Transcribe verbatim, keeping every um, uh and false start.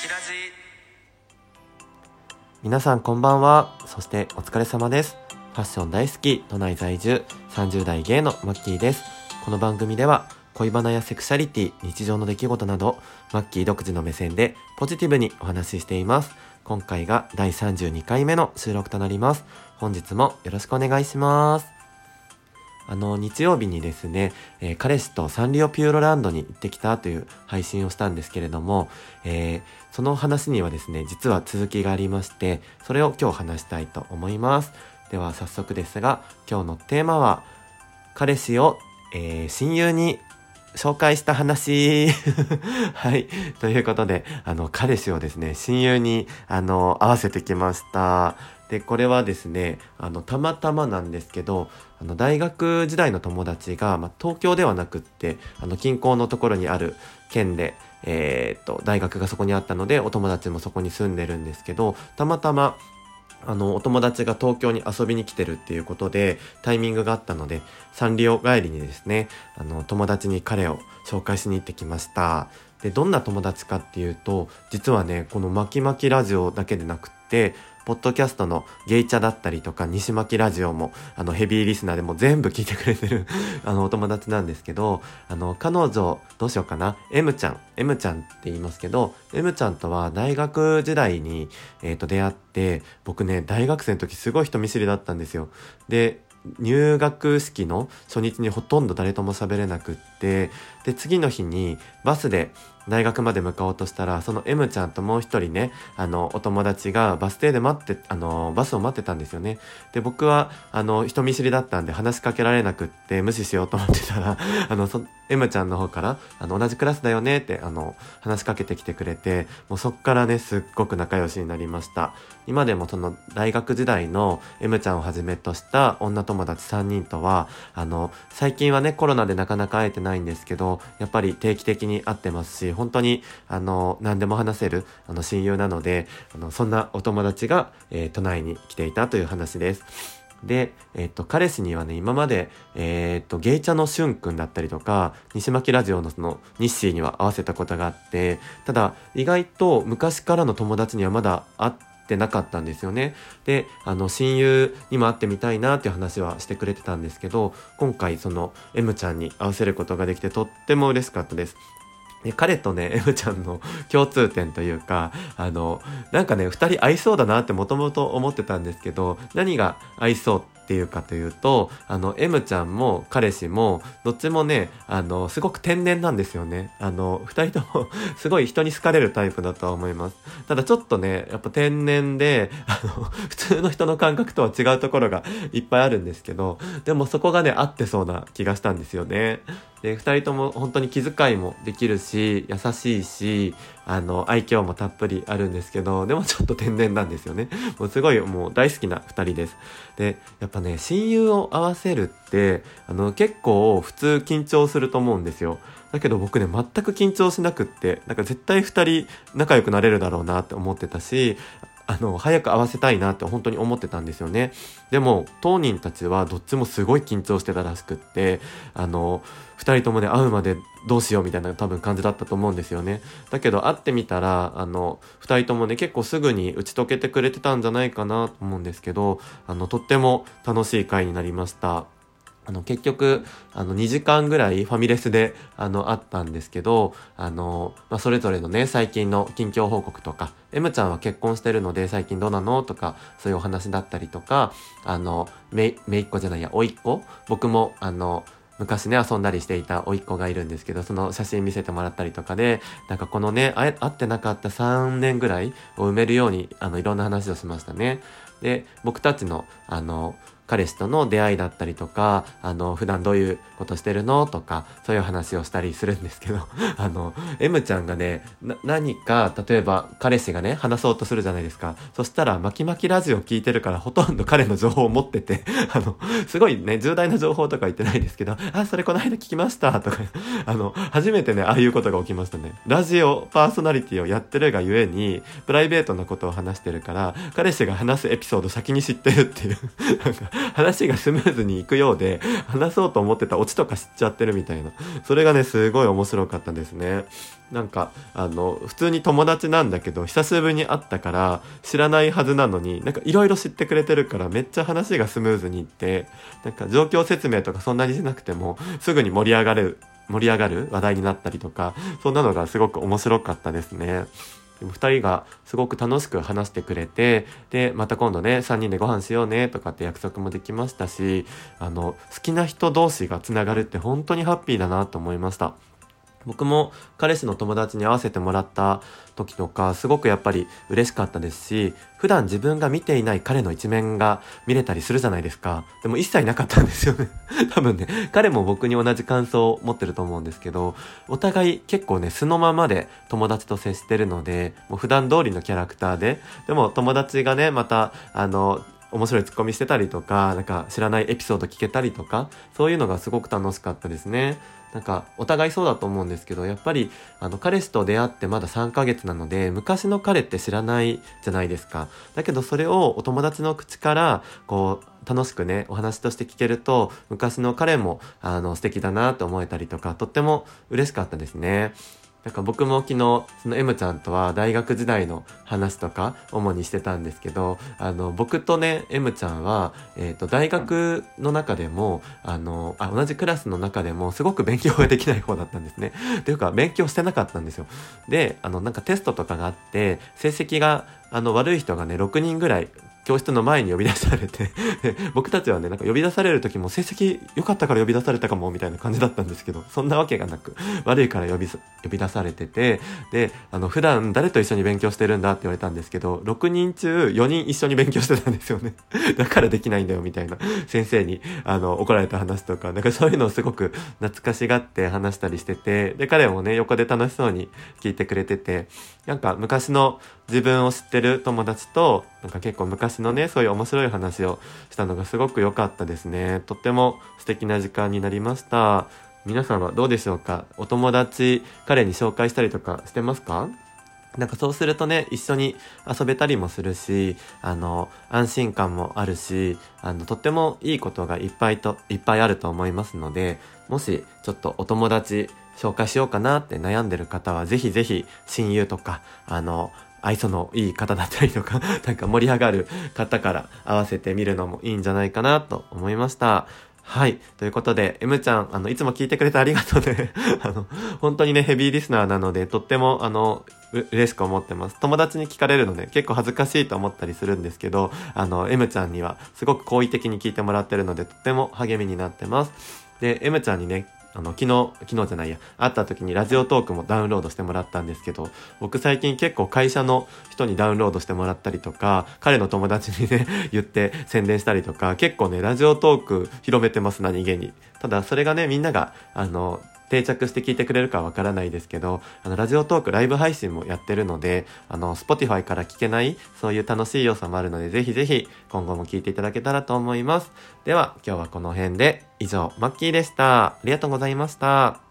ラジ。 皆さんこんばんは。そしてお疲れ様です。ファッション大好き都内在住さんじゅう代ゲイのマッキーです。この番組では恋バナやセクシャリティ、日常の出来事などマッキー独自の目線でポジティブにお話ししています。今回がだいさんじゅうにかいめの収録となります。本日もよろしくお願いします。あの日曜日にですね、えー、彼氏とサンリオピューロランドに行ってきたという配信をしたんですけれども、えー、その話にはですね実は続きがありまして、それを今日話したいと思います。では早速ですが、今日のテーマは彼氏を、えー、親友に紹介した話はい、ということで、あの彼氏をですね親友にあの合わせてきました。でこれはですねあのたまたまなんですけど、あの大学時代の友達が、まあ、東京ではなくってあの近郊のところにある県で、えー、っと大学がそこにあったので、お友達もそこに住んでるんですけど、たまたまあのお友達が東京に遊びに来てるっていうことでタイミングがあったので、サンリオ帰りにですねあの友達に彼を紹介しに行ってきました。でどんな友達かっていうと、実はねこのマキマキラジオだけでなくってポッドキャストのゲイチャだったりとか西巻ラジオもあのヘビーリスナーでも全部聞いてくれてるあのお友達なんですけど、あの彼女どうしようかな M ちゃん M ちゃんって言いますけど、 M ちゃんとは大学時代に、えー、と出会って、僕ね大学生の時すごい人見知りだったんですよ。で入学式の初日にほとんど誰とも喋れなくって、で次の日にバスで大学まで向かおうとしたら、その M ちゃんともう一人ねあのお友達がバス停で待ってあのバスを待ってたんですよね。で僕はあの人見知りだったんで話しかけられなくって無視しようと思ってたらあのそ M ちゃんの方からあの同じクラスだよねってあの話しかけてきてくれて、もうそっからねすっごく仲良しになりました。今でもその大学時代の M ちゃんをはじめとした女友達さんにんとはあの最近はねコロナでなかなか会えてないんですけど、やっぱり定期的に会ってますし、本当にあの何でも話せるあの親友なので、あのそんなお友達が、えー、都内に来ていたという話です。で、えっと、彼氏にはね、今まで、えー、っと、ゲイチャのしゅんくんだったりとか、西巻ラジオのその、ニッシーには合わせたことがあって、ただ、意外と昔からの友達にはまだ会ってなかったんですよね。で、あの、親友にも会ってみたいなっていう話はしてくれてたんですけど、今回その、M ちゃんに合わせることができてとっても嬉しかったです。で彼とね M ちゃんの共通点というか、あのなんかねふたり合いそうだなってもともと思ってたんですけど、何が合いそうっていうかというと、あの M ちゃんも彼氏もどっちもねあのすごく天然なんですよね。あのふたりともすごい人に好かれるタイプだとは思います。ただちょっとねやっぱ天然で、あの普通の人の感覚とは違うところがいっぱいあるんですけど、でもそこがね合ってそうな気がしたんですよね。でふたりとも本当に気遣いもできるし優しいし、あの愛嬌もたっぷりあるんですけど、でもちょっと天然なんですよね。もうすごいもう大好きなふたりです。でやっぱね親友を合わせるってあの結構普通緊張すると思うんですよ。だけど僕ね全く緊張しなくって、なんか絶対ふたり仲良くなれるだろうなって思ってたし、あの早く会わせたいなって本当に思ってたんですよね。でも当人たちはどっちもすごい緊張してたらしくって、あのふたりともね会うまでどうしようみたいな多分感じだったと思うんですよね。だけど会ってみたらあのふたりともね結構すぐに打ち解けてくれてたんじゃないかなと思うんですけど、あのとっても楽しい会になりました。あの結局あのにじかんぐらいファミレスであの会ったんですけど、あの、まあ、それぞれのね最近の近況報告とか、 M ちゃんは結婚してるので最近どうなのとかそういうお話だったりとか、あのめめいっ子じゃないや甥っ子、僕もあの昔ね遊んだりしていた甥っ子がいるんですけど、その写真見せてもらったりとかで、なんかこのね会ってなかったさんねんぐらいを埋めるようにあのいろんな話をしましたね。で僕たちのあの彼氏との出会いだったりとか、あの普段どういうことしてるのとかそういう話をしたりするんですけどあの M ちゃんがねな何か例えば彼氏がね話そうとするじゃないですか。そしたらマキマキラジオ聞いてるからほとんど彼の情報を持っててあのすごいね重大な情報とか言ってないですけど、あそれこの間聞きましたとかあの初めてねああいうことが起きましたね。ラジオパーソナリティをやってるがゆえにプライベートなことを話してるから、彼氏が話すエピソード先に知ってるっていうなんか話がスムーズにいくようで、話そうと思ってたオチとか知っちゃってるみたいな。それがね、すごい面白かったですね。なんか、あの、普通に友達なんだけど、久しぶりに会ったから、知らないはずなのに、なんかいろいろ知ってくれてるから、めっちゃ話がスムーズにいって、なんか状況説明とかそんなにしなくても、すぐに盛り上がる、盛り上がる話題になったりとか、そんなのがすごく面白かったですね。でもふたりがすごく楽しく話してくれて、で、また今度ね、さんにんでご飯しようねとかって約束もできましたし、あの、好きな人同士がつながるって本当にハッピーだなと思いました。僕も彼氏の友達に会わせてもらった時とかすごくやっぱり嬉しかったですし、普段自分が見ていない彼の一面が見れたりするじゃないですか。でも一切なかったんですよね多分ね、彼も僕に同じ感想を持ってると思うんですけど、お互い結構ね素のままで友達と接してるので、もう普段通りのキャラクターで、でも友達がねまたあの面白いツッコミしてたりとか、なんか知らないエピソード聞けたりとか、そういうのがすごく楽しかったですね。なんかお互いそうだと思うんですけど、やっぱりあの彼氏と出会ってまださんかげつなので、昔の彼って知らないじゃないですか。だけどそれをお友達の口からこう楽しくねお話として聞けると、昔の彼もあの素敵だなと思えたりとか、とっても嬉しかったですね。なんか僕も昨日その M ちゃんとは大学時代の話とか主にしてたんですけど、あの僕とね M ちゃんは、えーと、大学の中でもあのあ同じクラスの中でもすごく勉強ができない方だったんですね。というか勉強してなかったんですよ。で、あのなんかテストとかがあって成績があの悪い人がねろくにんぐらい教室の前に呼び出されて僕たちはねなんか呼び出される時も成績良かったから呼び出されたかもみたいな感じだったんですけど、そんなわけがなく悪いから呼び呼び出されてて、であの普段誰と一緒に勉強してるんだって言われたんですけど、ろくにん中よにん一緒に勉強してたんですよねだからできないんだよみたいな先生にあの怒られた話とか、なんかそういうのをすごく懐かしがって話したりしてて、で彼もね横で楽しそうに聞いてくれてて、なんか昔の自分を知ってる友達となんか結構昔のねそういう面白い話をしたのがすごく良かったですね。とっても素敵な時間になりました。皆さんはどうでしょうか？お友達彼に紹介したりとかしてますか？なんかそうするとね一緒に遊べたりもするし、あの安心感もあるし、あのとってもいいことがいっぱいといっぱいあると思いますので、もしちょっとお友達紹介しようかなって悩んでる方はぜひぜひ親友とかあの愛想のいい方だったりとかなんか盛り上がる方から合わせてみるのもいいんじゃないかなと思いました。はい。ということで、M ちゃん、あの、いつも聞いてくれてありがとうね。あの、本当にね、ヘビーリスナーなので、とっても、あの、う、嬉しく思ってます。友達に聞かれるので、結構恥ずかしいと思ったりするんですけど、あの、M ちゃんには、すごく好意的に聞いてもらってるので、とっても励みになってます。で、M ちゃんにね、あの、昨日、昨日じゃないや、会った時にラジオトークもダウンロードしてもらったんですけど、僕最近結構会社の人にダウンロードしてもらったりとか、彼の友達にね、言って宣伝したりとか、結構ね、ラジオトーク広めてます、何気に。ただ、それがね、みんなが、あの、定着して聞いてくれるかわからないですけど、あの、ラジオトークライブ配信もやってるので、あの、Spotify から聞けない、そういう楽しい要素もあるので、ぜひぜひ、今後も聞いていただけたらと思います。では、今日はこの辺で、以上、マッキーでした。ありがとうございました。